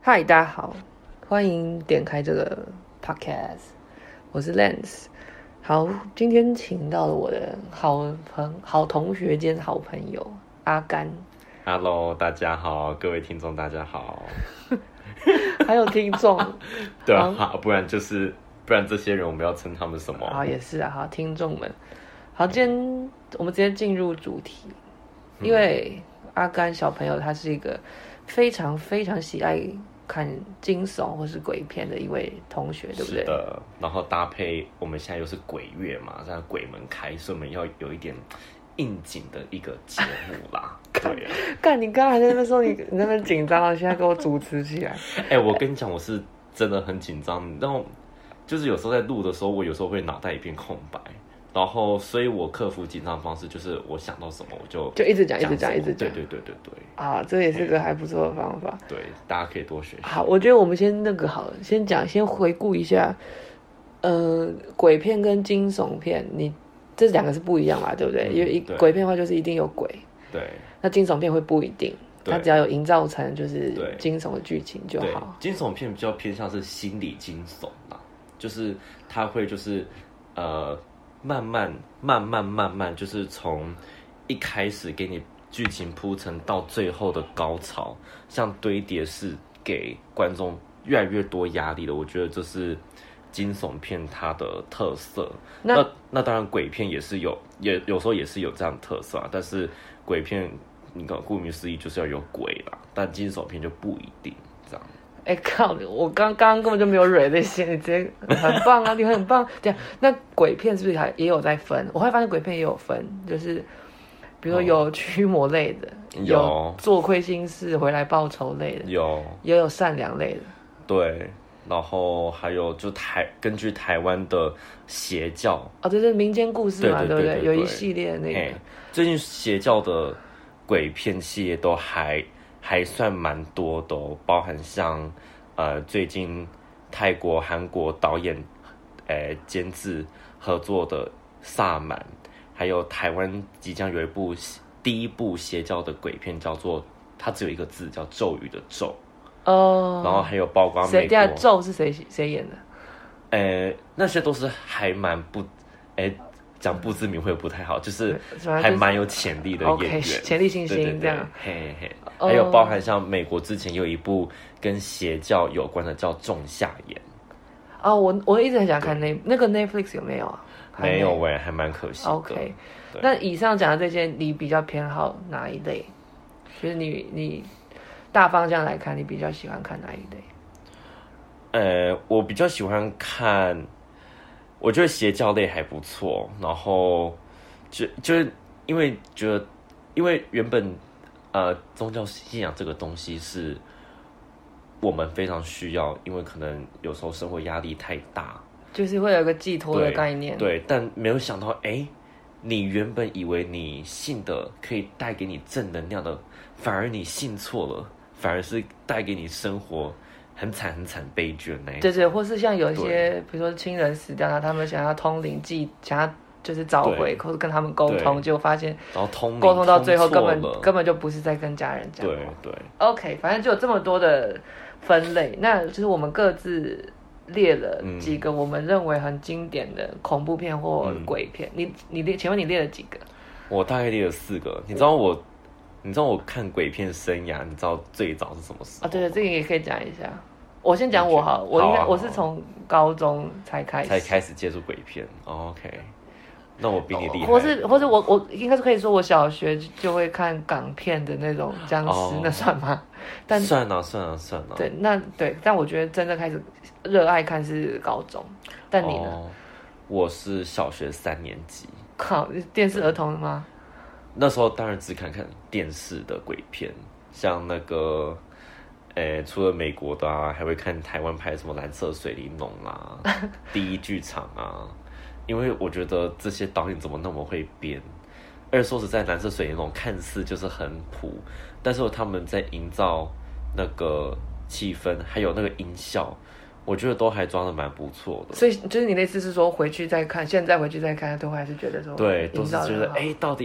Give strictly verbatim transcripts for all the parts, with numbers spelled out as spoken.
嗨，大家好，欢迎点开这个 podcast， 我是 Lance。好，今天请到了我的好朋、好同学兼好朋友阿甘。 Hello， 大家好，各位听众大家好。 还有听众， 对啊，不然就是不然这些人我们要称他们什么？ 好，也是啊，好，听众们，好，今天我们直接进入主题，因为阿甘小朋友他是一个非常非常喜爱看惊悚或是鬼片的一位同学，对不对？ 是的，然后搭配我们现在又是鬼月嘛，这样鬼门开，所以我们要有一点应景的一个节目啦。对啊， 干，你刚才在那边说你你那边紧张，现在给我主持起来。 哎、欸，我跟你讲，我是真的很紧张，然后就是有时候在录的时候，我有时候会脑袋一片空白。然后，所以我克服紧张的方式就是我想到什么我就就一直讲，一直讲，一直讲。 对对对对对。 啊，这也是个还不错的方法。 对，大家可以多学习。 好，我觉得我们先那个好了，先讲，先回顾一下，呃，鬼片跟惊悚片，你这两个是不一样嘛，对不对？嗯、因为一鬼片的话就是一定有鬼， 对。 那惊悚片会不一定，它只要有营造成就是惊悚的剧情就好。 惊悚片比较偏向是心理惊悚啦，就是它会就是呃。慢慢、慢慢、慢慢，就是从一开始给你剧情铺陈到最后的高潮，像堆叠式给观众越来越多压力的。我觉得这是惊悚片它的特色。那 那, 那当然，鬼片也是有，也有时候也是有这样的特色啊。但是鬼片，你看顾名思义就是要有鬼啦，但惊悚片就不一定这样。 哎、欸、靠！我刚刚根本就没有蕊那些，你直接很棒啊，你很棒。这样，那鬼片是不是还也有在分？我会发现鬼片也有分，就是比如说有驱魔类的，哦、有做亏心事回来报仇类的， 有也有善良类的。 对，然后还有就台根据台湾的邪教哦，这是民间故事嘛， 对, 对, 对, 对, 对, 对, 对？有一系列那个， 最近邪教的鬼片系列都还。还算蛮多的、哦，包含像呃最近泰国、韩国导演呃监制合作的《萨满》，还有台湾即将有一部第一部邪教的鬼片，叫做它只有一个字叫咒语的咒哦，然后还有包括美国咒是谁谁演的？ 呃，那些都是还蛮不哎。讲不知名会不太好，就是还蛮有潜力的演员， 潜力新星这样。 嘿嘿，还有包含像美国之前有一部跟邪教有关的叫《仲夏夜》。 哦，我我一直很想看那那个 Netflix 有没有啊？ 没有喂、欸，还蛮可惜的。 OK， 那以上讲的这些，你比较偏好哪一类？就是你你大方向来看，你比较喜欢看哪一类？ 呃，我比较喜欢看。我觉得邪教类还不错，然后就就是因为觉得，因为原本呃宗教信仰这个东西是我们非常需要，因为可能有时候生活压力太大， 就是会有一个寄托的概念。 对，对，但没有想到，哎，你原本以为你信的可以带给你正能量的，反而你信错了，反而是带给你生活。很惨很惨悲剧的那一种， 对对，或是像有一些，比如说亲人死掉了，他们想要通灵记，想要就是找回，或者跟他们沟通，结果发现， 然后通沟通到最后根本根本就不是在跟家人讲。 对对 ，OK， 反正就有这么多的分类，那就是我们各自列了几个我们认为很经典的恐怖片或鬼片。嗯、你你列，请问你列了几个？ 我大概列了四个。你知道我？你知道我看鬼片生涯，你知道最早是什么时候？ 啊，对对，这个也可以讲一下。我先讲我好了，我应该、啊、我是从高中才开始才开始接触鬼片。哦、OK， 那我比你厉害。 或是或是我我应该是可以说我小学就会看港片的那种僵尸，哦、那算吗？但算啊算啊算啊。 对，那对，但我觉得真正开始热爱看是高中。但你呢？哦、 我是小学三年级。 靠，电视儿童吗？ 那时候当然只看看电视的鬼片，像那个，诶，除了美国的啊，还会看台湾拍什么《蓝色水玲珑》啦，《第一剧场》啊，因为我觉得这些导演怎么那么会编。而说实在，《蓝色水玲珑》看似就是很普，但是他们在营造那个气氛，还有那个音效，我觉得都还装得蛮不错的。 所以就是你的意思是说，回去再看，现在回去再看，都还是觉得说， 对，都是觉得哎，到底。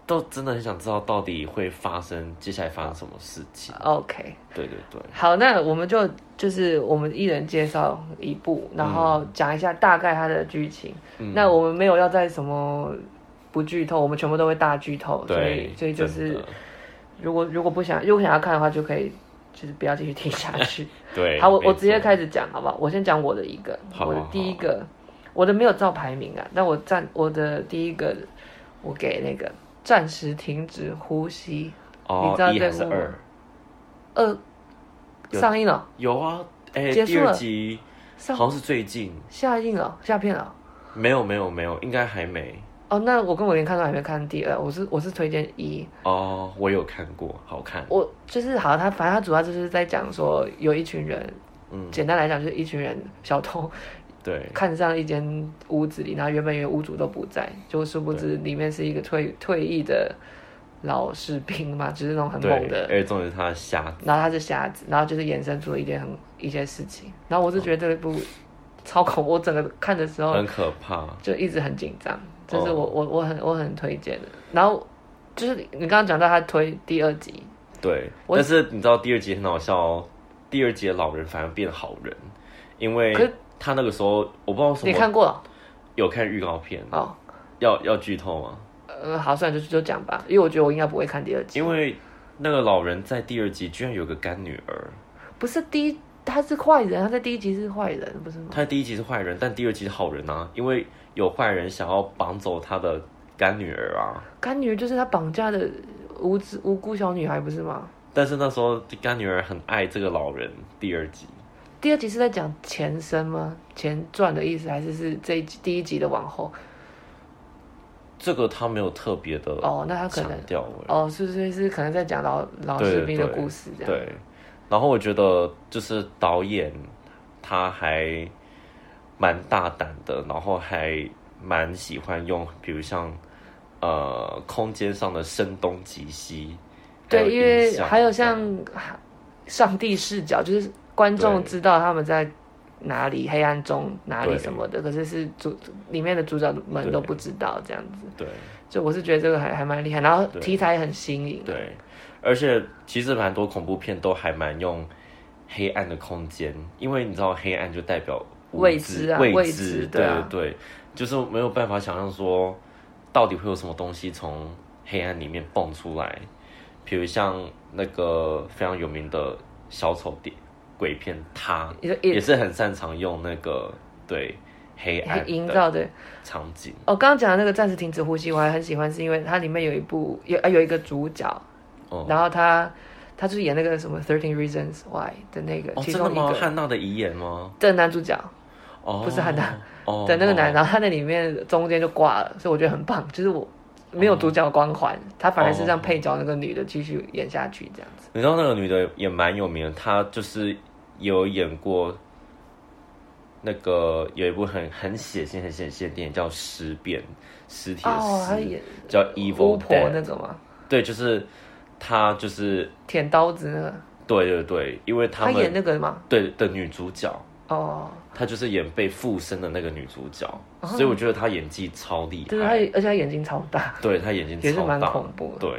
都真的很想知道到底会发生接下来发生什么事情。 OK， 对对对， 好，那我们就就是我们一人介绍一部，然后讲一下大概它的剧情。嗯、那我们没有要在什么不剧透，我们全部都会大剧透，所以所以就是如果如果不想如果想要看的话，就可以就是不要继续听下去。 对， 好，我我直接开始讲好不好？我先讲我的一个， 好我的第一个，我的没有照排名啊，但我占我的第一个，我给那个。暂时停止呼吸， 哦、 你知道一还是二？ 二上映了？ 有啊，哎、 欸，第二集好像是最近下映了，下片了？ 没有没有没有，应该还没。 哦，那我跟我连看都还没看第二，我是我是推荐一。 哦，我有看过，好看。 我就是好，他反正他主要就是在讲说有一群人，嗯，简单来讲就是一群人小偷。 对， 看上一间屋子里，然后原本以为屋主都不在，就殊不知里面是一个退退役的老士兵嘛，就是那种很猛的。 而且重点是他是瞎子， 然后他是瞎子，然后就是衍生出了一件很一些事情。然后我是觉得这部超恐怖，我整个看的时候很可怕， 就一直很紧张。这是我、哦、我我很我很推荐的。然后就是你刚刚讲到他推第二集， 对，但是你知道第二集很好笑哦，第二集的老人反而变好人，因为。他那个时候我不知道什么， 你看过了？ 有看预告片哦。 要要剧透吗？ 呃，好，算了，就就讲吧，因为我觉得我应该不会看第二集。 因为那个老人在第二集居然有个干女儿， 不是第一，他是坏人，他在第一集是坏人，不是吗？ 他在第一集是坏人，但第二集是好人啊，因为有坏人想要绑走他的干女儿啊。 干女儿就是他绑架的无知无辜小女孩，不是吗？ 但是那时候干女儿很爱这个老人。第二集。 第二集是在讲前身吗？前传的意思，还是是这一集第一集的往后？ 这个他没有特别的哦，那他可能哦，是是是，可能在讲老老士兵的故事这样。 对，然后我觉得就是导演他还蛮大胆的，然后还蛮喜欢用，比如像呃空间上的声东击西， 对，因为还有像上帝视角，就是。观众知道他们在哪里，黑暗中哪里什么的，可是是主里面的主角们都不知道这样子。 对， 就我是觉得这个还还蛮厉害，然后题材很新颖。 对，而且其实蛮多恐怖片都还蛮用黑暗的空间，因为你知道黑暗就代表未知啊， 未知， 对对对，就是没有办法想象说到底会有什么东西从黑暗里面蹦出来，比如像那个非常有名的小丑电鬼片，他也是很擅长用那个对黑暗营造的场景。 哦，刚刚讲的那个暂时停止呼吸，我还很喜欢，是因为它里面有一部有有一个主角，哦、然后他他就是演那个什么 thirteen Reasons Why 的那个， 哦、 其中一个汉娜的遗言吗？ 的男主角， 哦， 不是汉娜， 哦的那个男，然后他在里面中间就挂了，所以我觉得很棒，就是我。没有主角光环，他反而是让配角那个女的继续演下去这样子。 你知道那个女的也蛮有名的，她就是有演过那个有一部很很血腥、很血腥的电影叫《尸变》，尸体的尸， 哦，她演叫 Evil Dead 巫婆那个吗？ 对，就是她就是舔刀子那个。 对对对，因为他们她演那个吗？ 对的女主角。 哦， 她就是演被附身的那个女主角，哦、所以我觉得她演技超厉害。 对，她而且她眼睛超大， 对她眼睛超大， 也是蛮恐怖的。 对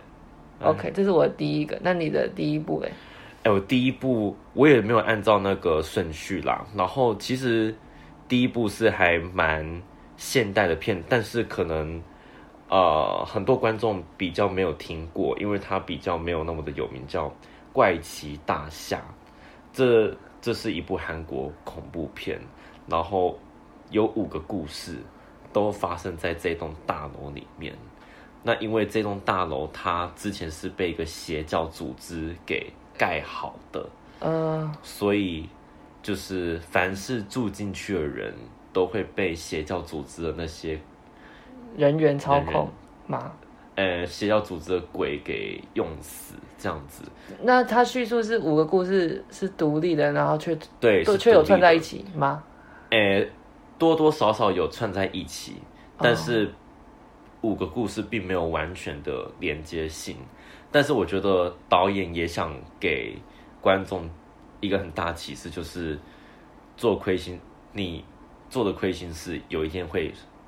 ，OK， 这是我的第一个。那你的第一部嘞？ 哎、欸，我第一部我也没有按照那个顺序啦。然后其实第一部是还蛮现代的片，但是可能呃很多观众比较没有听过，因为它比较没有那么的有名，叫《怪奇大厦》。这这是一部韩国恐怖片，然后有五个故事都发生在这栋大楼里面。那因为这栋大楼它之前是被一个邪教组织给盖好的，呃，所以就是凡是住进去的人都会被邪教组织的那些人员操控吗？ 呃，邪教组织的鬼给用死，这样子。 那他叙述是五个故事是独立的，然后却对， 却有串在一起吗？ 呃，多多少少有串在一起，但是五个故事并没有完全的连接性。但是我觉得导演也想给观众一个很大的启示，就是做亏心，你做的亏心事，有一天会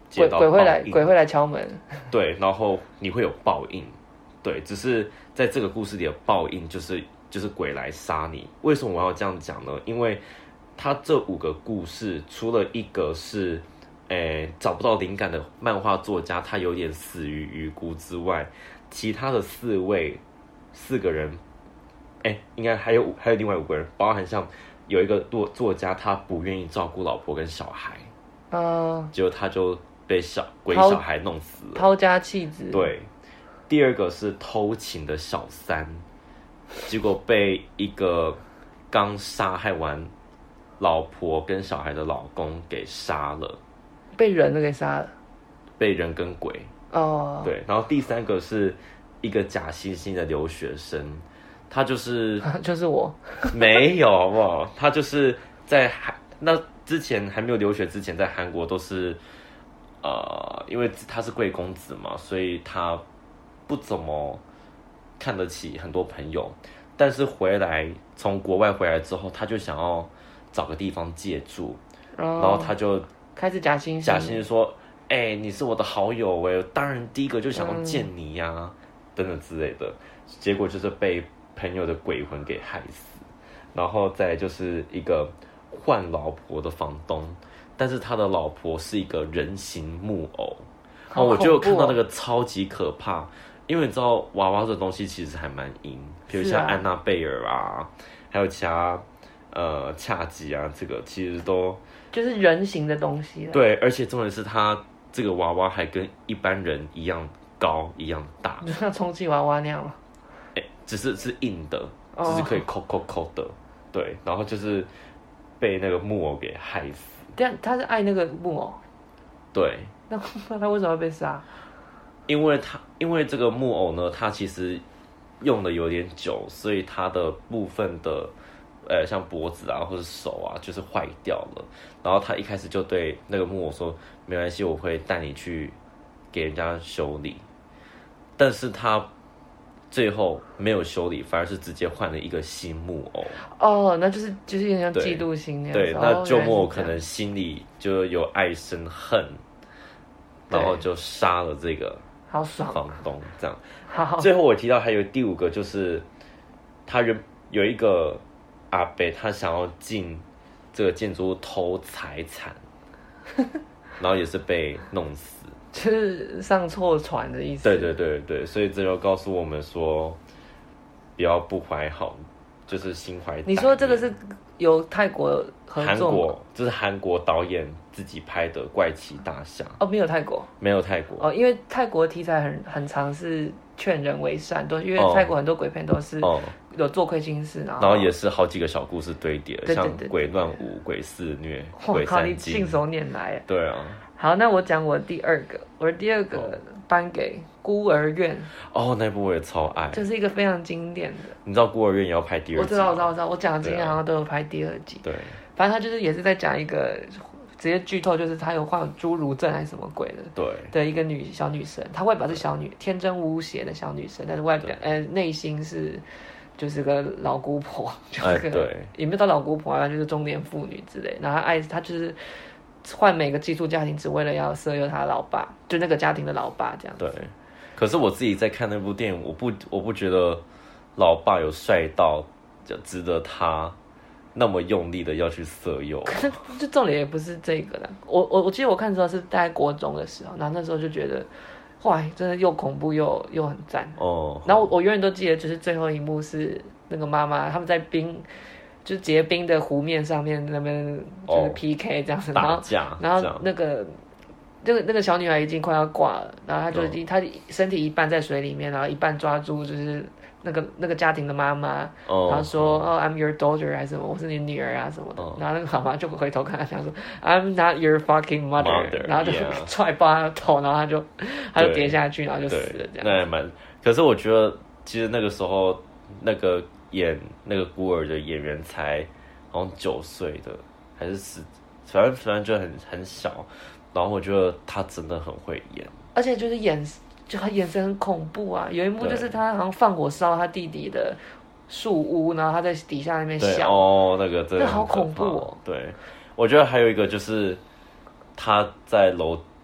接到鬼会来， 报应鬼会来敲门。 对，然后你会有报应。对，只是在这个故事里的报应就是就是鬼来杀你。为什么我要这样讲呢？因为他这五个故事，除了一个是诶找不到灵感的漫画作家，他有点死于鱼骨之外，其他的四位四个人，哎，应该还有还有另外五个人，包含像有一个作作家，他不愿意照顾老婆跟小孩， 嗯、 结果他就被小鬼小孩弄死了， 抛家弃子。 对。第二个是偷情的小三，结果被一个刚杀害完老婆跟小孩的老公给杀了， 被人都给杀了。 被人跟鬼。 哦， 对，然后第三个是一个假惺惺的留学生，他就是就是我。 没有好不好？他就是在韩那之前还没有留学之前，在韩国都是呃，因为他是贵公子嘛，所以他不怎么看得起很多朋友，但是回来从国外回来之后，他就想要找个地方借住， 哦、 然后他就开始假惺惺， 假惺惺说：“哎、欸，你是我的好友哎，当然第一个就想要见你呀、啊，嗯、等等之类的。”结果就是被朋友的鬼魂给害死，然后再来就是一个换老婆的房东，但是他的老婆是一个人形木偶。 哦、 我就看到那个超级可怕，因为你知道娃娃这东西其实还蛮阴，比如像安娜贝尔啊，啊还有其他呃恰吉啊，这个其实都就是人形的东西了。 对，而且重点是它这个娃娃还跟一般人一样高一样大， 就像充气娃娃那样吗？ 哎、欸，只是是硬的，只是可以抠抠抠的，对，然后就是被那个木偶给害死。 对啊，他是爱那个木偶。 对。 那那他为什么会被杀？ 因为他因为这个木偶呢，它其实用的有点久，所以它的部分的呃像脖子啊或者手啊就是坏掉了。然后他一开始就对那个木偶说：“没关系，我会带你去给人家修理。”但是他最后没有修理，反而是直接换了一个新木偶。 哦，那就是就是有点像嫉妒心那样。 对，那旧木偶可能心里就有爱生恨。然后就杀了这个好爽房东，这样。 好， 最后我提到还有第五个，就是他原有一个阿伯，他想要进这个建筑物偷财产，然后也是被弄死， 就是上错船的意思。 对对对对，所以这就告诉我们说，不要不怀好，就是心怀。 你说这个是由泰国合作吗？ 韩国，这是韩国导演自己拍的《怪奇大厦》 哦，没有泰国， 没有泰国哦，因为泰国题材很很常是劝人为善，都因为泰国很多鬼片都是有做亏心事，然后然后也是好几个小故事堆叠， 对对对像鬼乱舞、鬼肆虐、 哇鬼三你信手拈来。 对啊。 好，那我讲我第二个，我的第二个颁给孤儿院。 哦，那部我也超爱， 这是一个非常经典的。 你知道孤儿院也要拍第二集？ 我知道，我知道，我知道。我讲的今天好像都有拍第二集。 对， 反正他就是也是在讲一个直接剧透，就是他有患有侏儒症还是什么鬼的， 对的一个女小女生，她外表是小女天真无邪的小女生，但是外表呃内心是就是个老姑婆，就是个、 哎、对， 也没有到老姑婆啊，就是中年妇女之类。然后她爱她就是换每个寄宿家庭，只为了要色诱她老爸，就那个家庭的老爸这样子。 对，可是我自己在看那部电影，我不我不觉得老爸有帅到就值得他那么用力的要去色诱。 可是就重点也不是这个啦，我我我记得我看的时候是大概国中的时候，然后那时候就觉得，哇，真的又恐怖又又很赞哦。然后我我永远都记得，就是最后一幕是那个妈妈他们在冰，就是结冰的湖面上面那边就是 P K 这样子， 哦、 然后然后那个。那个那个小女孩已经快要挂了，然后她就已经，她、哦、身体一半在水里面，然后一半抓住就是那个那个家庭的妈妈，哦、然后说哦、oh, I'm your daughter 还是什么，我是你女儿啊什么的，哦、然后那个妈妈就回头看她，想说 I'm not your fucking mother，, mother 然后就踹爆她的头，然后她就她就跌下去，然后就死了这样。 那还蛮，可是我觉得其实那个时候那个演那个孤儿的演员才好像九岁的，还是十，反正反正就很很小。然后我觉得他真的很会演， 而且就是眼，就他眼神很恐怖啊。有一幕就是他好像放火烧他弟弟的树屋，然后他在底下那边笑。 哦，那个真的好恐怖哦。 对，我觉得还有一个就是他在楼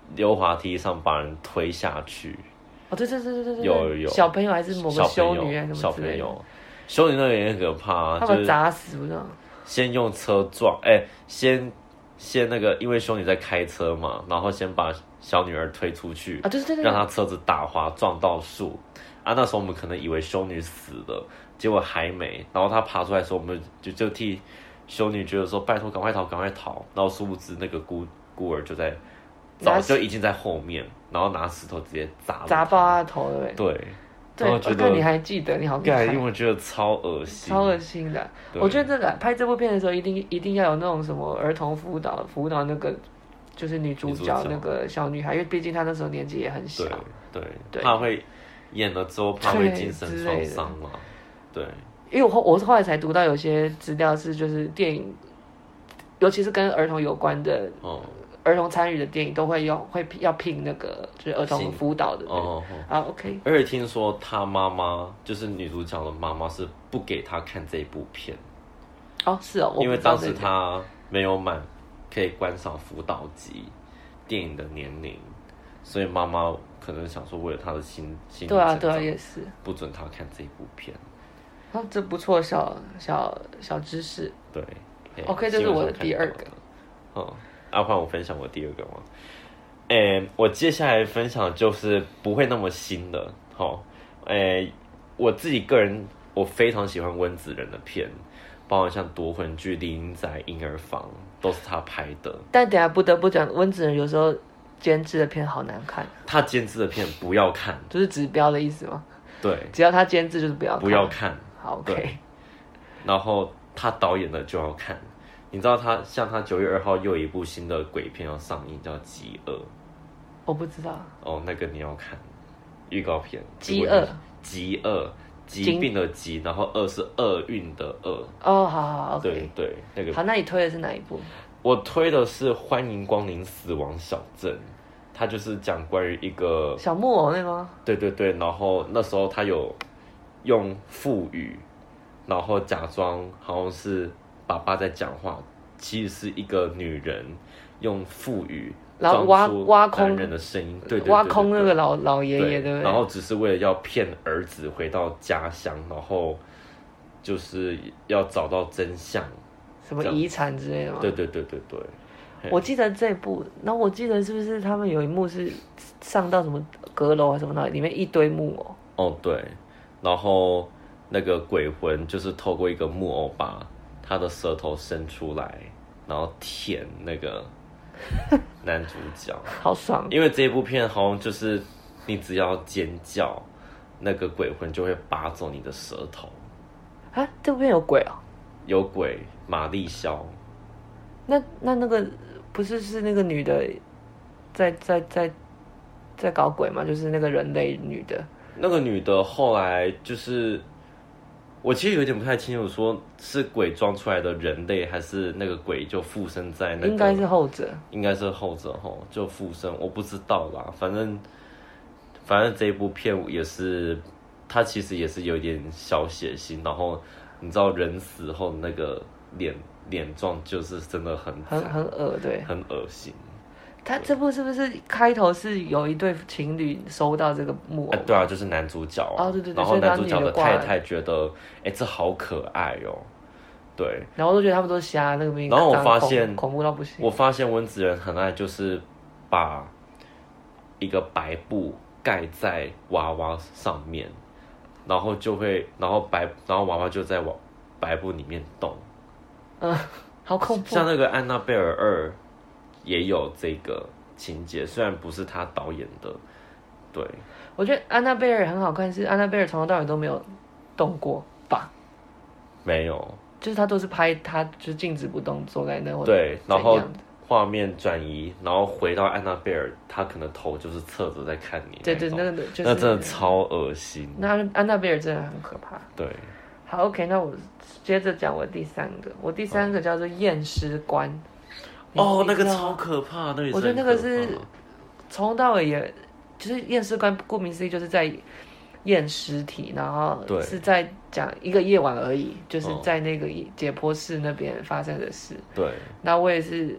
溜滑梯上把人推下去。 哦，对对对对对对， 有有小朋友还是某个修女还是什么之类的， 小朋友，修女那个也很可怕、啊， 他们砸死不是吗？ 先用车撞，哎、欸，先先那个，因为修女在开车嘛，然后先把小女儿推出去， 啊，对对对， 让她车子打滑撞到树。啊，那时候我们可能以为修女死了，结果还没。然后她爬出来的时候，我们就就替修女觉得说：“拜托，赶快逃，赶快逃！”然后殊不知那个孤孤儿就在早就已经在后面，然后拿石头直接砸砸爆她的头，对不对？ 对。 对，我看你还记得，你好厉害， 因为我觉得超恶心， 超恶心的。我觉得这个拍这部片的时候，一定一定要有那种什么儿童辅导辅导那个，就是女主角那个小女孩，因为毕竟她那时候年纪也很小， 对对，怕会演了之后怕会精神创伤嘛，对。 因为我后我是后来才读到有些资料是，就是电影，尤其是跟儿童有关的，哦。儿童参与的电影都会用会要聘那个就是儿童辅导的哦啊 OK， 而且听说他妈妈就是女主角的妈妈是不给他看这一部片哦是哦， 因为当时他没有满可以观赏辅导级电影的年龄，所以妈妈可能想说为了他的心心理对啊对啊也是不准他看这一部片啊，这不错小小小知识对 OK 这是我的第二个嗯。要换我分享我第二个吗？诶、欸，我接下来分享就是不会那么新的，好，诶、欸，我自己个人我非常喜欢温子仁的片，包括像《夺魂锯》《丽英仔》《婴儿房》都是他拍的。 但等一下不得不讲，温子仁有时候监制的片好难看。 他监制的片不要看， 就是指标的意思吗？ 对， 只要他监制就是不要看， 不要看。 好 ，OK。 然后他导演的就要看。你知道他像他九月二号又有一部新的鬼片要上映，叫《饥饿》。 我不知道。 哦，那个你要看预告片。 饥饿。 饥饿，疾病的疾，然后饿是厄运的厄。 哦，好好好， 对对，那个。 好，那你推的是哪一部？ 我推的是《欢迎光临死亡小镇》，它就是讲关于一个小木偶那个吗？ 对对对，然后那时候他有用腹语，然后假装好像是。爸爸在讲话，其实是一个女人用腹语， 然后挖挖空男人的声音，对对对对对， 挖空那个老老爷爷，对不对？ 然后只是为了要骗儿子回到家乡，然后就是要找到真相， 什么遗产之类的吗？ 对对对对对。 我记得这部，然后我记得是不是他们有一幕是上到什么阁楼啊什么的，里面一堆木偶。 哦对，然后那个鬼魂就是透过一个木偶把。他的舌头伸出来，然后舔那个男主角， 好爽！ 因为这部片好像就是你只要尖叫，那个鬼魂就会拔走你的舌头。 啊，这部片有鬼哦？ 有鬼，玛丽肖。 那那那个不是是那个女的在在在在搞鬼吗？就是那个人类女的。 那个女的后来就是。我其实有点不太清楚，说是鬼装出来的人类，还是那个鬼就附身在那个？ 应该是后者， 应该是后者吼，就附身，我不知道啦。反正，反正这一部片也是，它其实也是有点小血腥，然后你知道人死后那个脸脸状就是真的很很很恶，对， 很恶心。 他这部是不是开头是有一对情侣收到这个木偶、 欸？对啊，就是男主角啊。 哦，对对对。 然后男主角的太太觉得，哎、欸，这好可爱哦、喔。对。 然后我都觉得他们都瞎那个名。 然后我发现恐怖到不行。 我发现温子仁很爱就是把一个白布盖在娃娃上面，然后就会，然后白，然后娃娃就在娃白布里面动。 嗯，好恐怖。 像那个安娜贝尔二。也有这个情节，虽然不是他导演的，对。 我觉得安娜贝尔很好看，是安娜贝尔从头到尾都没有动过吧？ 没有， 就是他都是拍他就是静止不动坐在那， 对，然后画面转移，然后回到安娜贝尔，他可能头就是侧着在看你， 对对，那个就是那真的超恶心。 那安娜贝尔真的很可怕。 对， 好 ，OK， 那我接着讲我第三个，我第三个叫做验尸官。 哦，那个超可怕，那个我觉得那个是从头到尾也，就是验尸官，顾名思义就是在验尸体，然后是在讲一个夜晚而已，就是在那个解剖室那边发生的事。 对。 那我也是，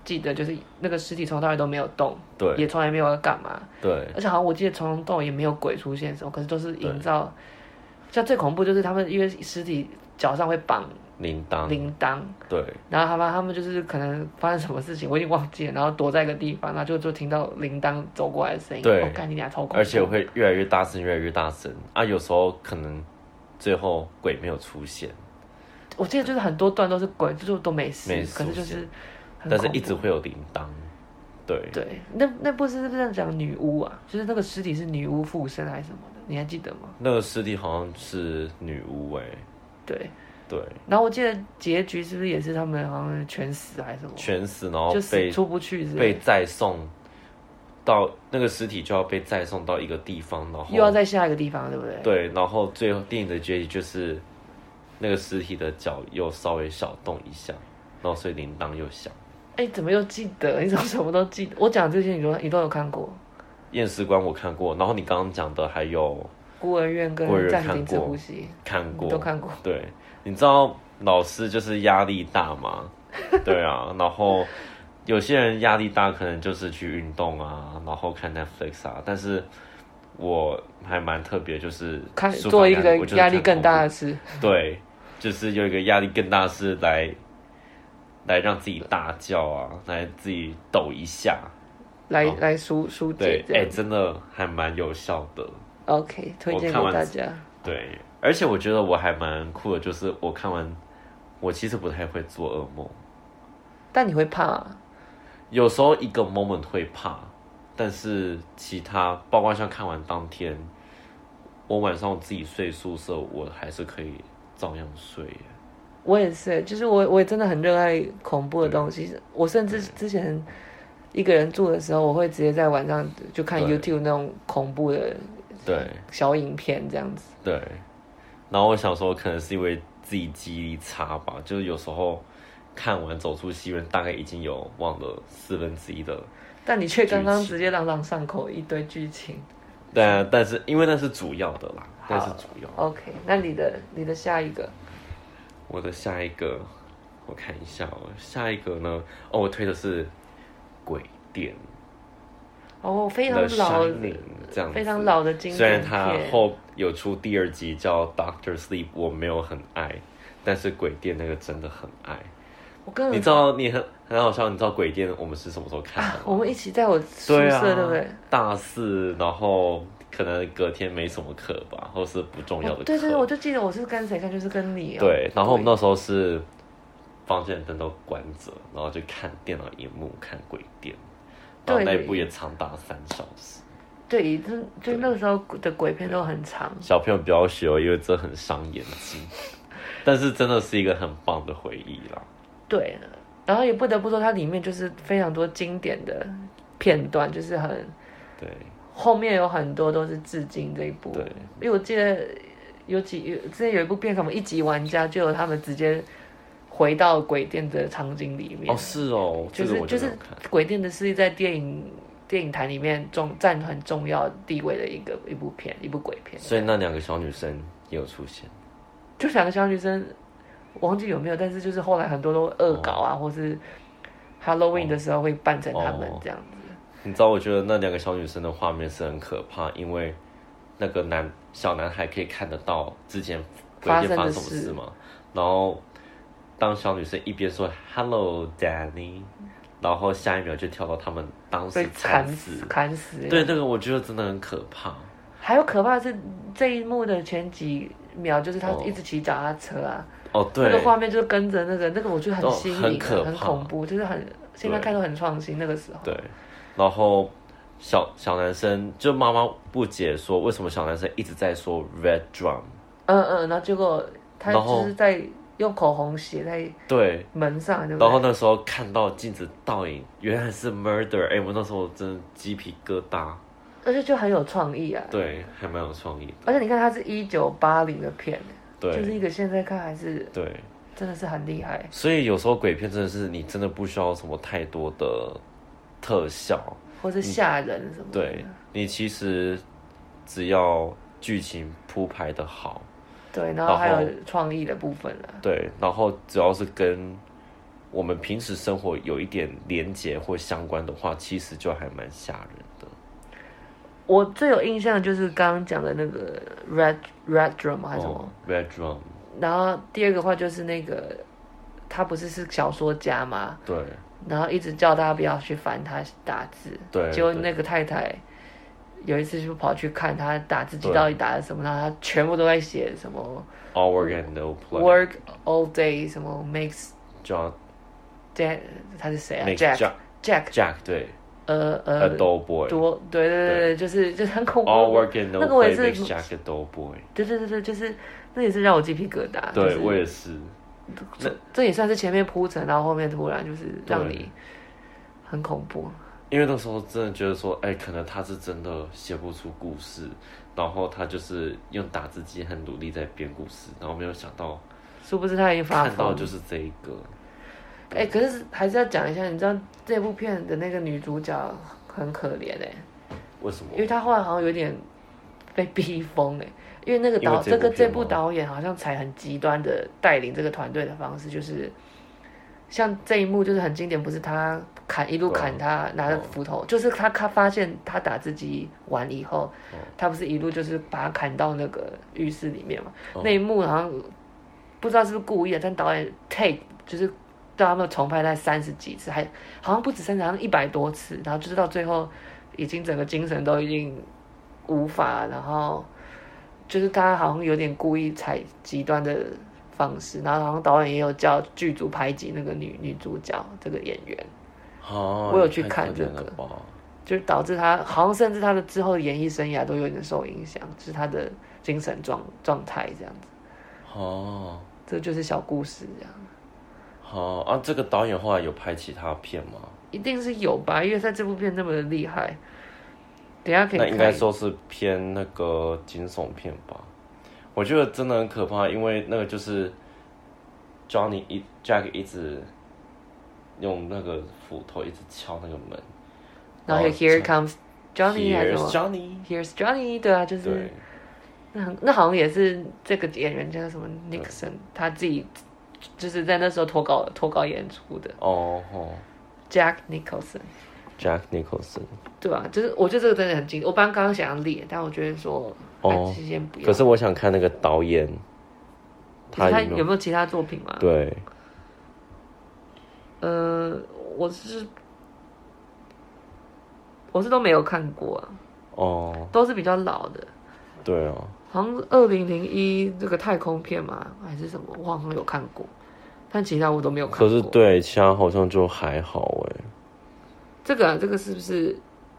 记得就是那个尸体从头到尾都没有动， 对， 也从来没有要干嘛， 对， 而且好像我记得从头到尾也没有鬼出现的时候，可是都是营造，像最恐怖就是他们因为尸体脚上会绑铃铛， 铃铛， 对， 然后他们他们就是可能发生什么事情，我已经忘记了，然后躲在一个地方，然后就就听到铃铛走过来的声音， 对， 我看你俩超恐怖， 而且会越来越大声，越来越大声啊，有时候可能最后鬼没有出现， 我记得就是很多段都是鬼，就是都没事， 没出可是就是很但是恐怖一直会有铃铛，对， 对，那那部是不是在讲女巫啊？就是那个尸体是女巫附身还是什么的？你还记得吗？ 那个尸体好像是女巫哎、 对对， 然后我记得结局是不是也是他们好像全死还是什么？ 全死，然后就被死出不去之类的， 被再送到那个尸体就要被再送到一个地方，然后又要在下一个地方，对不对？ 对，然后最后电影的结局就是那个尸体的脚又稍微小动一下，然后所以铃铛又响。 哎，怎么又记得？你怎么什么都记得？我讲这些你都你都有看过， 验尸官我看过，然后你刚刚讲的还有孤儿院跟孤儿院暂停看过止呼吸， 看过， 你都看过。 对，你知道老师就是压力大吗？对啊，然后有些人压力大可能就是去运动啊，然后看 Netflix 啊，但是我还蛮特别，就是看抒发做一个我就是压力更看恐怖大的事， 对，就是有一个压力更大的事来来让自己大叫啊，来自己抖一下， 来、 哦来疏疏对解，这哎、 样。 真的还蛮有效的。 OK，推荐我看完给大家。 对，而且我觉得我还蛮酷的，就是我看完，我其实不太会做噩梦， 但你会怕、啊？ 有时候一个 moment 会怕，但是其他包括像看完当天，我晚上自己睡宿舍，我还是可以照样睡耶。 我也是，就是我我也真的很热爱恐怖的东西。我甚至之前一个人住的时候，我会直接在晚上就看 YouTube 那种恐怖的对小影片这样子。 对，然后我想说，可能是因为自己记忆力差吧，就是有时候看完走出戏院，大概已经有忘了四分之一的。 但你却刚刚直接朗朗上口一堆剧情。 对啊，但是因为那是主要的啦，那是主要。 OK，那你的你的下一个， 我的下一个，我看一下哦，下一个呢？哦，我推的是《鬼店》。 哦，非常 The 老 Shining 这样子， 非常老的经典片。 虽然它后有出第二集叫《Doctor Sleep》，我没有很爱，但是《鬼店》那个真的很爱。 我跟你知道你很很好笑，你知道《鬼店》我们是什么时候看的吗？ 啊、我们一起在我宿舍， 对啊， 对不对？ 大四，然后可能隔天没什么课吧，或是不重要的课。 哦、对对，我就记得我是跟谁看，就是跟你、哦。 对，然后我们那时候是房间的灯都关着，然后就看电脑荧幕看《鬼店》。然后那一部也长达三小时。 对，就就那个时候的鬼片都很长。 小朋友不要学哦，因为这很伤眼睛。但是真的是一个很棒的回忆啦。 对，然后也不得不说，它里面就是非常多经典的片段，就是很对。 后面有很多都是致敬这一部。 对， 因为我记得有几有之前有一部片，什么一级玩家，就有他们直接回到鬼店的场景里面。 哦，是哦， 就是这个我就是鬼店的是在电影电影坛里面重占很重要地位的一个一部片，一部鬼片。 所以那两个小女生也有出现。 就两个小女生，我忘记有没有，但是就是后来很多都恶搞啊，哦、或是 Halloween 的时候会扮成他们这样子。哦、 你知道，我觉得那两个小女生的画面是很可怕，因为那个男小男孩可以看得到之前鬼店发生什么事嘛，然后当小女生一边说 Hello Danny， 然后下一秒就跳到他们当时惨死砍死。 对，那个我觉得真的很可怕。 还有可怕的是这一幕的前几秒，就是他一直骑脚踏车啊。 哦，对， 那个画面就是跟着那个那个，我觉得很新颖、啊， 很可怕、 很恐怖，就是很现在看都很创新。那个时候， 对，然后小小男生就妈妈不解说，为什么小男生一直在说 red drum？ 嗯嗯，然后结果他就是在用口红写在对门上，对不对？然后那时候看到镜子倒影，原来是 murder， 哎，我那时候真的鸡皮疙瘩。 而且就很有创意啊， 对，还蛮有创意的。 而且你看，它是一九八零的片， 对， 就是一个现在看还是对， 真的是很厉害。 所以有时候鬼片真的是你真的不需要什么太多的特效， 或是吓人什么的。 对，你其实只要剧情铺排的好， 对，然后还有创意的部分了。 对，然后只要是跟我们平时生活有一点连结或相关的话，其实就还蛮吓人的。 我最有印象的就是刚刚讲的那个 Red Red Drum 还是什么、 哦、Red Drum。 然后第二个话就是那个他不是是小说家吗？ 对。 然后一直叫大家不要去烦他打字。 对。 结果那个太太有一次就跑去看他打字机到底打了什么，然后他全部都在写什么 All work and no play。 Work all day 什么 makes John。 Jack 他是谁啊 ？Jack Jack Jack 对。 呃呃 A dull boy。 多对对对对，就是就是很恐怖。 All work and no 那个我也 play 是 makes Jack a dull boy。 对对对对，就是那也是让我鸡皮疙瘩。 对、 就是、 我也是。 这这也算是前面铺陈，然后后面突然就是让你很恐怖。 因为那时候真的觉得说，哎、欸，可能他是真的写不出故事，然后他就是用打字机很努力在编故事，然后没有想到， 殊不知他已经发疯了。 看到就是这一个。 哎、欸，可是还是要讲一下，你知道这部片的那个女主角很可怜哎、欸。 为什么？ 因为她后来好像有点被逼疯哎、欸，因为那个导这个这部导演好像才很极端的带领这个团队的方式，就是像这一幕就是很经典，不是他砍一路砍他拿着斧头，就是他他发现他打字机完以后，他不是一路就是把他砍到那个浴室里面嘛，那一幕好像不知道是不是故意的，但导演 take 就是。到他们重拍在三十几次，还好像不止三十，好像一百多次，然后就是到最后，已经整个精神都已经无法，然后就是他好像有点故意采极端的方式，然后好像导演也有叫剧组排挤那个女女主角这个演员。 哦， 我有去看这个，就导致他好像甚至他的之后的演艺生涯都有点受影响，就是他的精神状状态这样子。 哦， 这就是小故事这样。 哦啊，这个导演后来有拍其他片吗？ 一定是有吧，因为在这部片那么的厉害。等一下可以看。 那应该说是偏那个惊悚片吧。我觉得真的很可怕，因为那个就是 Johnny 一 Jack 一直用那个斧头一直敲那个门， 然后 Here comes Johnny 还是什么 Johnny Here's Johnny 对啊，就是那那好像也是这个演员叫什么 Nixon 他自己。就是在那时候脱稿脱稿演出的哦哦 ，Jack Nicholson，Jack Nicholson， 对吧、啊？就是我觉得这个真的很经典。我刚刚想要列，但我觉得说哦，先不要。 可是我想看那个导演， 他有没有, 有没有其他作品吗？ 对， 呃，我是我是都没有看过啊， 哦， 都是比较老的。 对哦。 好像是二零零一这个太空片嘛，还是什么？我好像有看过，但其他我都没有看过。 可是对其他好像就还好哎。 这个、啊、这个是不是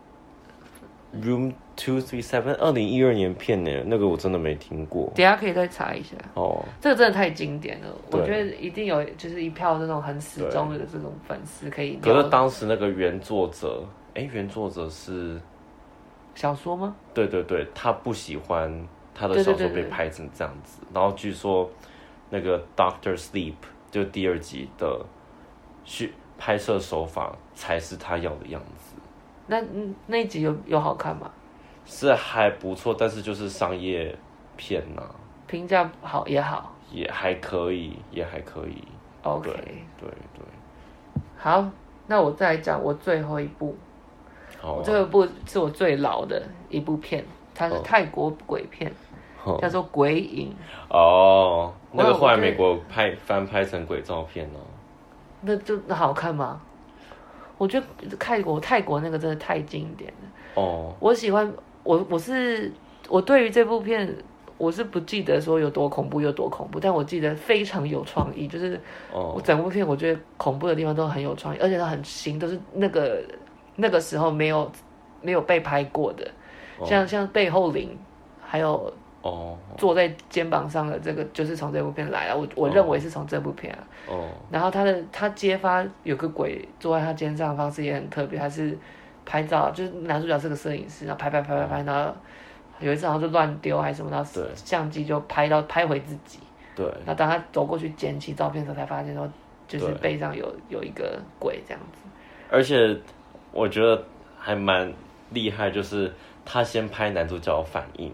Room two three seven 二零一二年片呢？那个我真的没听过。 等一下可以再查一下。 哦， 这个真的太经典了，我觉得一定有就是一票那种很死忠的这种粉丝可以。 可是当时那个原作者，哎，原作者是小说吗？ 对对对，他不喜欢。他的小说被拍成这样子，然后据说那个 Doctor Sleep 就第二集的去拍摄手法才是他要的样子。 那那一集有有好看吗？ 是还不错，但是就是商业片呐、啊， 评价好也好， 也还可以，也还可以。 OK， 对对对。 好，那我再来讲我最后一部。 好、啊， 我这个部是我最老的一部片，它是泰国鬼片。 哦、 叫做《鬼影》 哦，那个后来美国拍翻拍成鬼照片哦。 那就那好看吗？我觉得泰国泰国那个真的太经典了。 哦， 我喜欢我我是我对于这部片我是不记得说有多恐怖有多恐怖，但我记得非常有创意，就是我整部片我觉得恐怖的地方都很有创意，而且它很新，都是那个那个时候没有没有被拍过的，哦、像像背后灵还有。 哦， 坐在肩膀上的这个就是从这部片来了，我我认为是从这部片啊。 哦。 然后他的他揭发有个鬼坐在他肩上的方式也很特别，他是拍照，就是男主角是个摄影师，然后拍拍拍拍拍，然后有一次好像就乱丢还是什么，然后相机就拍到拍回自己。 对。 然后当他走过去捡起照片的时候，才发现说就是背上有有一个鬼这样子。 而且我觉得还蛮厉害，就是他先拍男主角反应。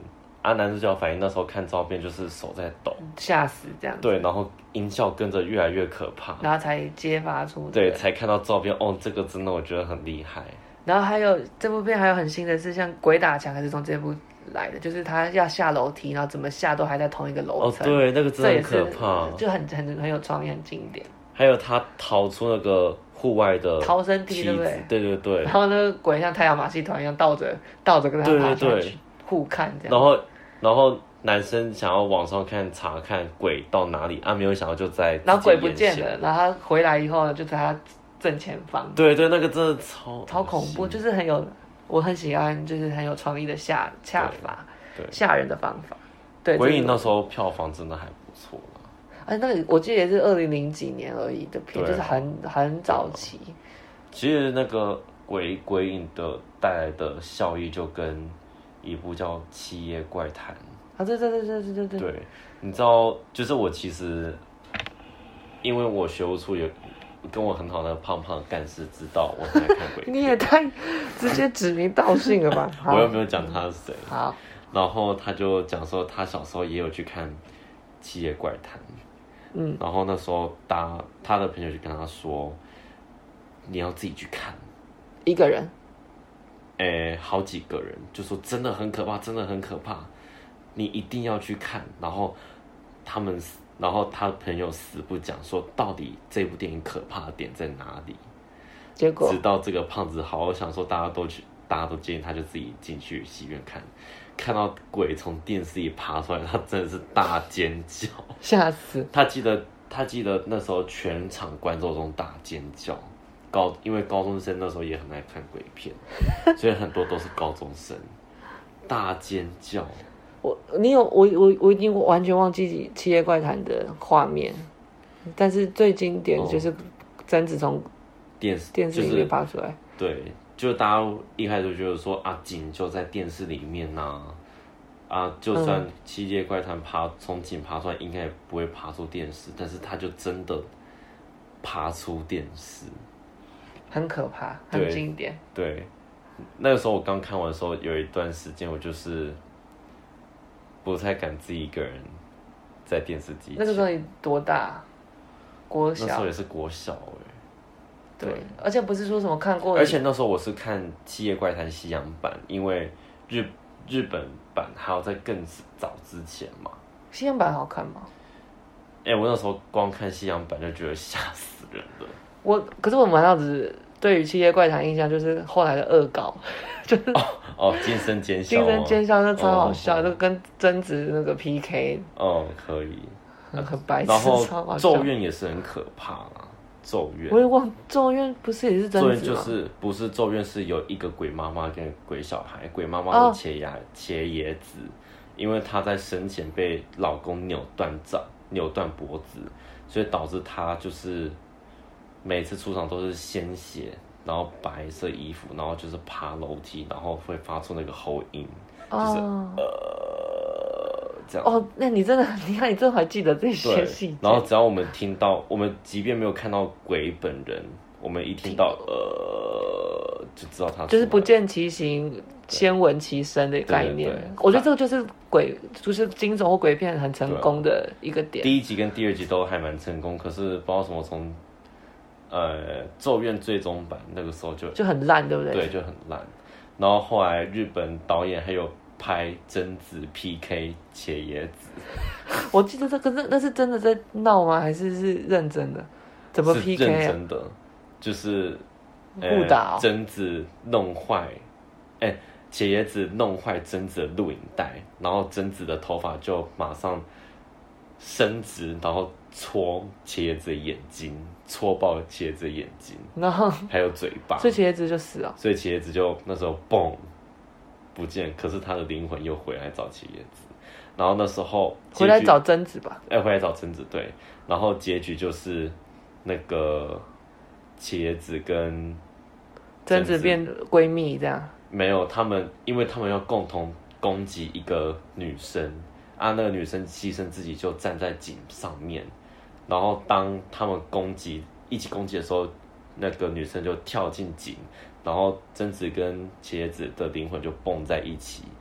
啊，男主角反应那时候看照片就是手在抖， 吓死这样子。 对，然后音效跟着越来越可怕， 然后才揭发出对，才看到照片，哦，这个真的我觉得很厉害。 然后还有这部片还有很新的是，像鬼打墙还是从这部来的，就是他要下楼梯，然后怎么下都还在同一个楼层。 哦，对，那个真的很可怕， 就很很很有创意，很经典。 还有他逃出那个户外的逃生梯，对不对？ 对对对。 然后那个鬼像太阳马戏团一样倒着倒着跟他爬下去，互看这样。 然后然后男生想要往上看查看鬼到哪里，啊，没有想到就在， 然后鬼不见了，然后他回来以后呢，就在他正前方。 对对，那个真的超超恐怖，就是很有，我很喜欢，就是很有创意的下下法，吓人的方法。对， 鬼影那时候票房真的还不错啦。 哎，那个我记得也是二零零几年而已的片，就是很很早期。 其实那个鬼鬼影的带来的效益就跟一部叫《七夜怪谈》 啊，对对对对对对对。 对，你知道，就是我其实因为我学务处有跟我很好的胖胖的干事知道我在看鬼片。 你也太直接指名道姓了吧？ 我又没有讲他是谁。 好， 然后他就讲说他小时候也有去看《七夜怪谈》。嗯，然后那时候他他的朋友就跟他说，你要自己去看， 一个人， 诶，好几个人，就说真的很可怕，真的很可怕，你一定要去看。然后他们，然后他朋友死不讲，说到底这部电影可怕的点在哪里？ 结果直到这个胖子好好想说，大家都去，大家都建议他就自己进去戏院看。看到鬼从电视里爬出来，他真的是大尖叫， 吓死！ 他记得，他记得那时候全场观众中大尖叫。高，因为高中生那时候也很爱看鬼片，所以很多都是高中生大尖叫。 我，你有我我我已经完全忘记《七夜怪谈》的画面，但是最经典就是贞子从电视电视里面爬出来， 就是、对。就大家一开始就觉得说啊，井就在电视里面呐、啊，啊，就算七夜怪谈爬从井爬出来，应该也不会爬出电视，但是他就真的爬出电视， 很可怕，很经典。 对，对那个时候我刚看完的时候，有一段时间我就是不太敢自己一个人在电视机前。 那个时候你多大？国小。 那时候也是国小哎、欸。 对，而且不是说什么看过， 而且那时候我是看《七夜怪谈》西洋版，因为日日本版还要在更早之前嘛。 西洋版好看吗？ 哎、欸，我那时候光看西洋版就觉得吓死人了。 我可是我满脑子对于《七夜怪谈》印象就是后来的恶搞，就是哦哦，惊声尖笑， 惊声尖笑那超好笑，就、哦、跟贞子那个 P K。 哦，可以， 很很白痴， 然后超好笑。 咒怨也是很可怕啦。咒怨， 我也忘咒怨不是也是贞子吗？ 咒怨就是不是咒怨是有一个鬼妈妈跟鬼小孩，鬼妈妈是切牙、哦、切椰子，因为她在生前被老公扭断掌、扭断脖子，所以导致她就是每次出场都是鲜血，然后白色衣服，然后就是爬楼梯，然后会发出那个喉音，就是、哦、呃这样。 哦，那你真的，你看你真的还记得这些细节。 然后只要我们听到，我们即便没有看到鬼本人，我们一听到呃，就知道他就是不见其形，先闻其声的概念。对对对，我觉得这个就是鬼，就是惊悚或鬼片很成功的一个点。 第一集跟第二集都还蛮成功，可是不知道什么从呃咒怨最终版那个时候就就很烂，对不对？ 对，就很烂。然后后来日本导演还有拍贞子 P K 切椰子， 我记得这个那那是真的在闹吗？还是是认真的？怎么 P K 啊？ 是认真的，就是互打、哦， 贞、呃、子弄坏，哎、欸，切椰子弄坏贞子的录影带，然后贞子的头发就马上伸直，然后戳切椰子的眼睛，戳爆切椰子的眼睛， 然后还有嘴巴， 所以切椰子就死了。 所以切椰子就那时候嘣不见，可是他的灵魂又回来找切椰子，然后那时候回来找贞子吧， 哎、欸，回来找贞子，对，然后结局就是那个切椰子跟贞子变闺蜜这样， 没有，他们因为他们要共同攻击一个女生啊，那个女生牺牲自己就站在井上面，然后当他们攻击一起攻击的时候，那个女生就跳进井，然后贞子跟茄子的灵魂就蹦在一起，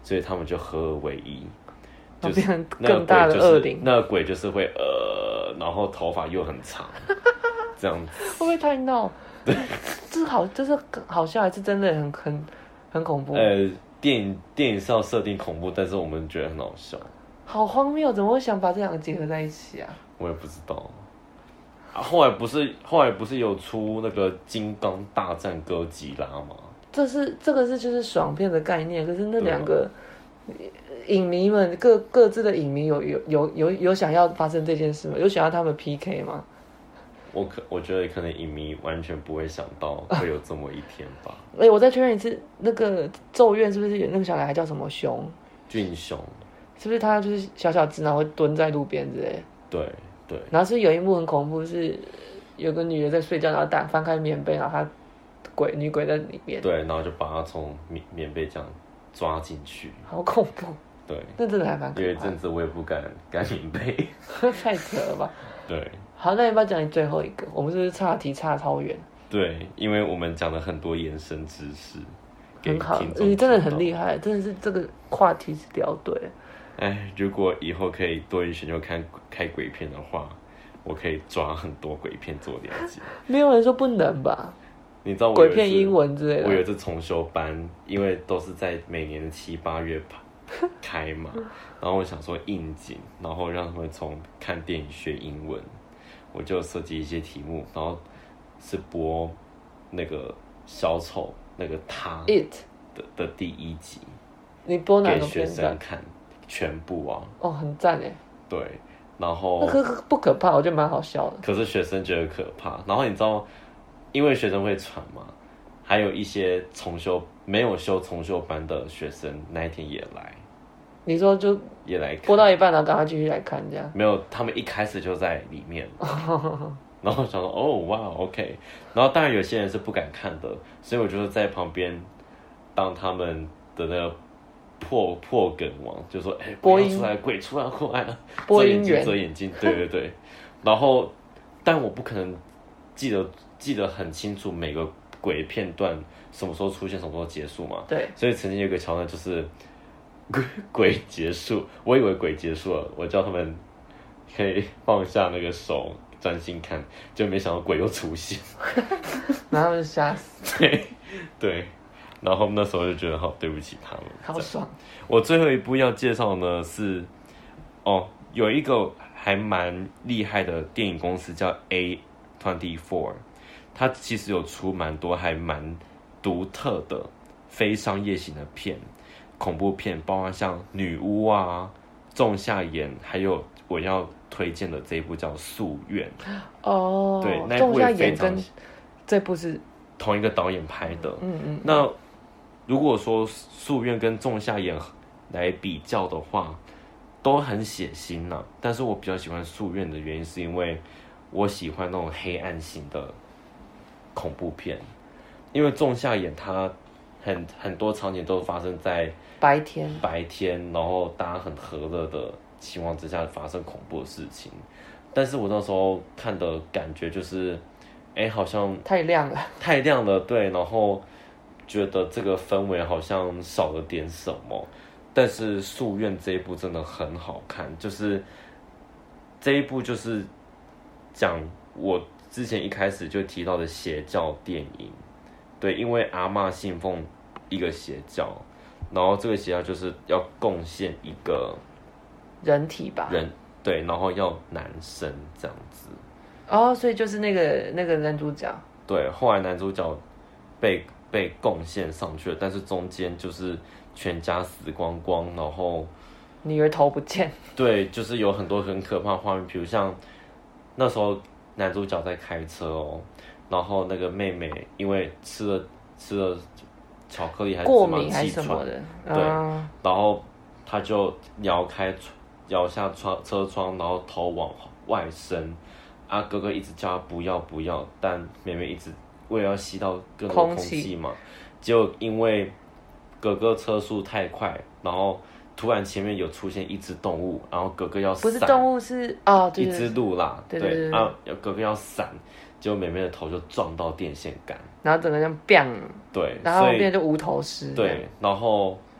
所以他们就合而为一，就是变成更大的恶灵。 那个鬼就是会呃，然后头发又很长，这样子。 会不会太闹？对，这是好，这是好笑还是真的很很很恐怖？ 呃，电影电影是要设定恐怖，但是我们觉得很好笑。 好荒谬，怎么会想把这两个结合在一起啊？ 我也不知道。啊，后来不是后来不是有出那个《金刚大战哥吉拉》吗？ 这是这个是就是爽片的概念，可是那两个影迷们各各自的影迷有有有有有想要发生这件事吗？有想要他们 P K 吗？ 我可我觉得可能影迷完全不会想到会有这么一天吧。 哎、欸，我再确认一次，那个咒怨是不是有那个小孩叫什么熊？ 俊雄， 是不是他就是小小只，然后会蹲在路边之类？ 对对。 然后是有一幕很恐怖，是有个女的在睡觉，然后打翻开棉被，然后她鬼女鬼在里面。 对，然后就把她从棉棉被这样抓进去。 好恐怖。 对， 那真的还蛮可怕的。 有一阵子我也不敢敢棉被。 太扯了吧？ 对。 好，那要不要讲你最后一个？我们是不是岔题岔超远？ 对，因为我们讲了很多延伸知识， 很好，你真的很厉害，真的是这个话题是聊对。 哎，如果以后可以多一选就看开鬼片的话，我可以抓很多鬼片做了解。 没有人说不能吧？ 你知道我鬼片英文之类的。 我有一次重修班，因为都是在每年的七八月开嘛，然后我想说应景，然后让他们从看电影学英文。我就设计一些题目，然后是播那个小丑那个他 It 的的第一集， 你播哪个给学片生看？全部啊！ 哦，很赞哎。 对，然后那可不可怕？我觉得蛮好笑的。 可是学生觉得可怕，然后你知道，因为学生会传嘛，还有一些重修没有修重修班的学生那一天也来。 你说就也来看， 播到一半，然后赶快继续来看，这样没有，他们一开始就在里面，然后想说哦哇 OK， 然后当然有些人是不敢看的，所以我就是在旁边当他们的那个破破梗王，就说哎，鬼要出来，鬼出来过来了， 播音员遮眼睛，对对对，然后但我不可能记得记得很清楚每个鬼片段什么时候出现，什么时候结束嘛， 对， 所以曾经有一个桥段就是。鬼鬼结束，我以为鬼结束了，我叫他们可以放下那个手，专心看，就没想到鬼又出现， 然后就吓死。 对对，然后那时候就觉得好对不起他们， 好爽。 我最后一部要介绍呢是，哦，有一个还蛮厉害的电影公司叫 A 二十四，它其实有出蛮多还蛮独特的非商业型的片。恐怖片，包括像女巫啊、仲夏夜，还有我要推荐的这一部叫《宿怨》 哦， 对，那一部也非常跟这部是同一个导演拍的。 嗯嗯, 嗯。 那如果说《宿怨》跟《仲夏夜》来比较的话，都很血腥呐、啊。但是我比较喜欢《宿怨》的原因，是因为我喜欢那种黑暗型的恐怖片，因为《仲夏夜》它很很多场景都发生在。 白天， 白天，然后大家很和乐的情况之下发生恐怖的事情，但是我那时候看的感觉就是，哎，好像太亮了， 太亮了，对，然后觉得这个氛围好像少了点什么。但是《宿怨》这一部真的很好看，就是这一部就是讲我之前一开始就提到的邪教电影，对，因为阿嬷信奉一个邪教。然后这个邪教就是要贡献一个人体吧， 人对，然后要男生这样子。 哦，所以就是那个那个男主角。 对，后来男主角被被贡献上去了，但是中间就是全家死光光，然后女儿头不见。对， 就是有很多很可怕的画面，比如像那时候男主角在开车哦，然后那个妹妹因为吃了吃了。巧克力还是过敏还是什么的， 对，啊、然后他就摇开摇下窗车窗，然后头往外伸，啊哥哥一直叫他不要不要，但妹妹一直为了要吸到更多空气嘛，结果因为哥哥车速太快，然后突然前面有出现一只动物，然后哥哥要闪， 不是动物是哦，对对对， 一只鹿啦， 对对对对啊，哥哥要闪。结果妹妹的头就撞到电线杆， 然后整个人 bang， 对， 然后变成就无头尸， 对，然后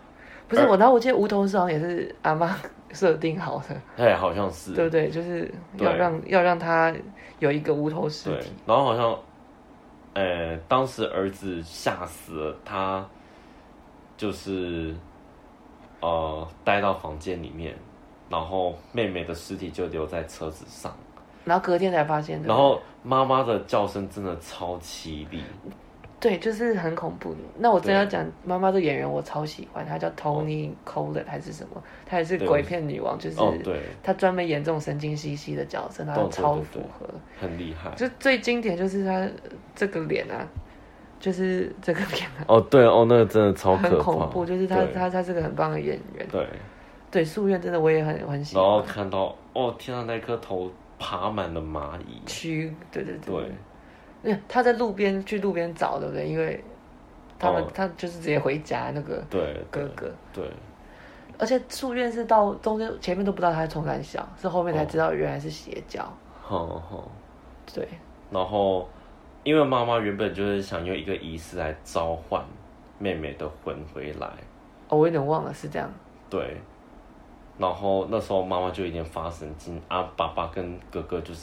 不是我，然后我记得无头尸好像也是阿嬷设定好的， 哎，好像是， 对不对？就是要让要让他有一个无头尸体， 然后好像，呃，当时儿子吓死了，他就是呃待到房间里面，然后妹妹的尸体就留在车子上， 然后隔天才发现， 然后妈妈的叫声真的超凄厉。 对，就是很恐怖。那我真要讲妈妈这个演员，我超喜欢，她叫 Toni Collette 还是什么？她也是鬼片女王，就是她专门演这种神经兮兮的角色，她超符合， 很厉害。 就最经典就是她这个脸啊，就是这个脸啊。 哦，对哦，那个真的超可怕， 很恐怖。就是她她她是个很棒的演员。对对，夙愿真的我也很很喜欢。 然后看到哦，天啊，那颗头爬满了蚂蚁。 蛆，对对对。对。他在路边去路边找，对不对？因为他们、哦、他就是直接回家那个哥哥， 对。对而且夙愿是到中间前面都不知道他在冲三小，是后面才知道原来是邪教。 哦哦， 对。 然后因为妈妈原本就是想用一个仪式来召唤妹妹的魂回来。 哦，我有点忘了是这样。 对。然后那时候妈妈就有点发神经啊，爸爸跟哥哥就是。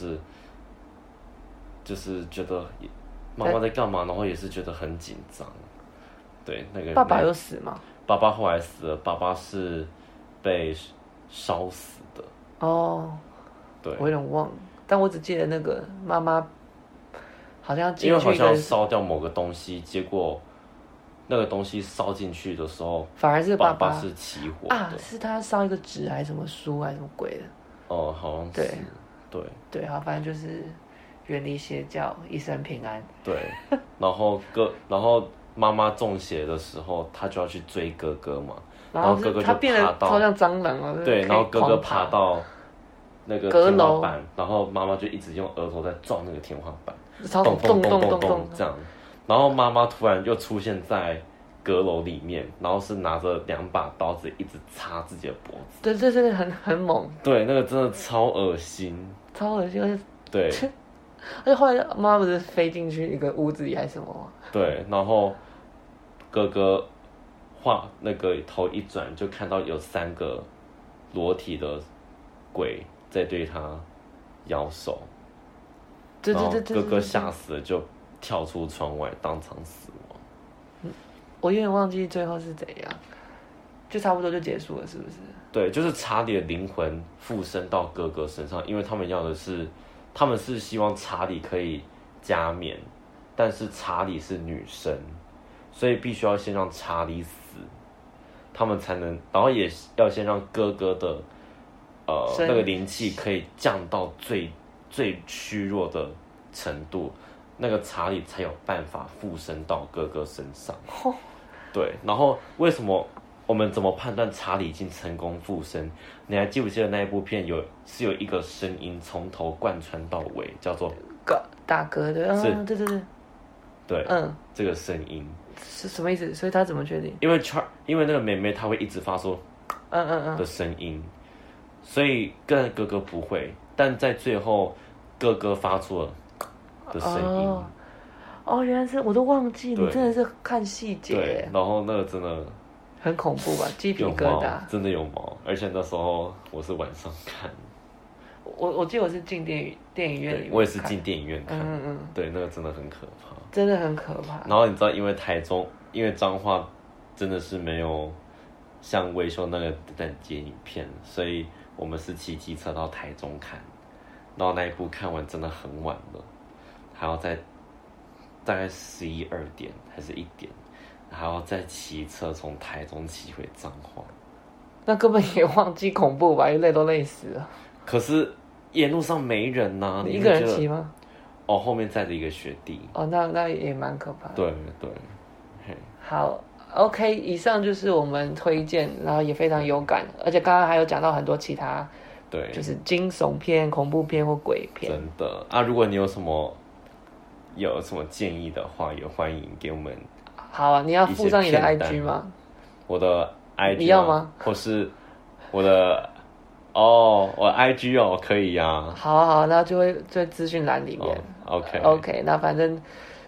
就是觉得妈妈在干嘛，然后也是觉得很紧张。对，那个爸爸有死吗？ 爸爸后来死了，爸爸是被烧死的。 哦，对，我有点忘了，但我只记得那个妈妈好像进去， 因为好像烧掉某个东西，结果那个东西烧进去的时候， 反而是爸爸爸是起火的啊，是他烧一个纸还是什么书还是什么鬼的？ 哦，好像是，对对对，好，反正就是。远离邪教，一生平安。 对，然后哥，然后妈妈中邪的时候，他就要去追哥哥嘛，然后哥哥就爬到， 超像蟑螂哦。 对，然后哥哥爬到那个天花板，然后妈妈就一直用额头在撞那个天花板， 咚咚咚咚咚这样。然后妈妈突然又出现在阁楼里面，然后是拿着两把刀子一直插自己的脖子。 对，这真的很很猛。 对，那个真的超恶心， 超恶心，而且对。 而且后来妈妈不是飞进去一个屋子里还是什么吗？ 对，然后哥哥画那个头一转，就看到有三个裸体的鬼在对他摇手。 对对对对。 哥哥吓死了，就跳出窗外，当场死亡。 嗯，我有点忘记最后是怎样，就差不多就结束了，是不是？ 对，就是查理的灵魂附身到哥哥身上，因为他们要的是。他们是希望查理可以加冕，但是查理是女生，所以必须要先让查理死，他们才能，然后也要先让哥哥的呃那个灵气可以降到最最虚弱的程度，那个查理才有办法附身到哥哥身上。哦、对，然后为什么？我们怎么判断查理已经成功附身？你还记不记得那一部片有是有一个声音从头贯穿到尾，叫做打嗝的，是，嗯、对对对， 对，嗯，这个声音是什么意思？所以他怎么确定？ 因为 Char， 因为那个妹妹她会一直发出嗯嗯嗯的声音，所以跟哥哥不会，但在最后哥哥发出了的声音。哦， 哦，原来是我都忘记，你真的是看细节。 对，然后那个真的。 很恐怖吧，鸡皮疙瘩， 真的有毛，而且那时候我是晚上看， 我我记得我是进电影电影院里面， 我也是进电影院看， 嗯嗯， 对，那个真的很可怕， 真的很可怕。 然后你知道，因为台中，因为彰化真的是没有像微秀那个等级影片，所以我们是骑机车到台中看，然后那一部看完真的很晚了，还要在大概十一二点还是一点。还要再骑车从台中骑回彰化， 那根本也忘记恐怖吧，累都累死了。 可是沿路上没人呐、啊， 你一个人骑吗？ 哦，后面载着一个学弟。 哦，那那也蛮可怕的。 对对， 好 ，OK， 以上就是我们推荐，然后也非常有感，而且刚刚还有讲到很多其他， 对， 就是惊悚片、恐怖片或鬼片。 真的啊，如果你有什么有什么建议的话，也欢迎给我们。 好啊，你要附上你的 I G 吗？ 我的 I G 你要吗？ 或是我的哦，我的 I G 哦，可以呀、啊。 好啊好啊，那就会在资讯栏里面。 哦、OK OK， 那反正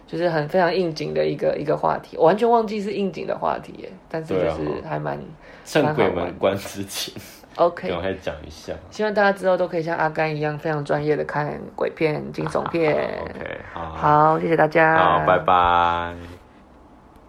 就是很非常应景的一个一个话题，我完全忘记是应景的话题耶，但是就是还蛮趁鬼门关之前 ，OK， 赶快讲一下。 希望大家之后都可以像阿甘一样非常专业的看鬼片、惊悚片。 OK， 好， 好，谢谢大家， 好，拜拜。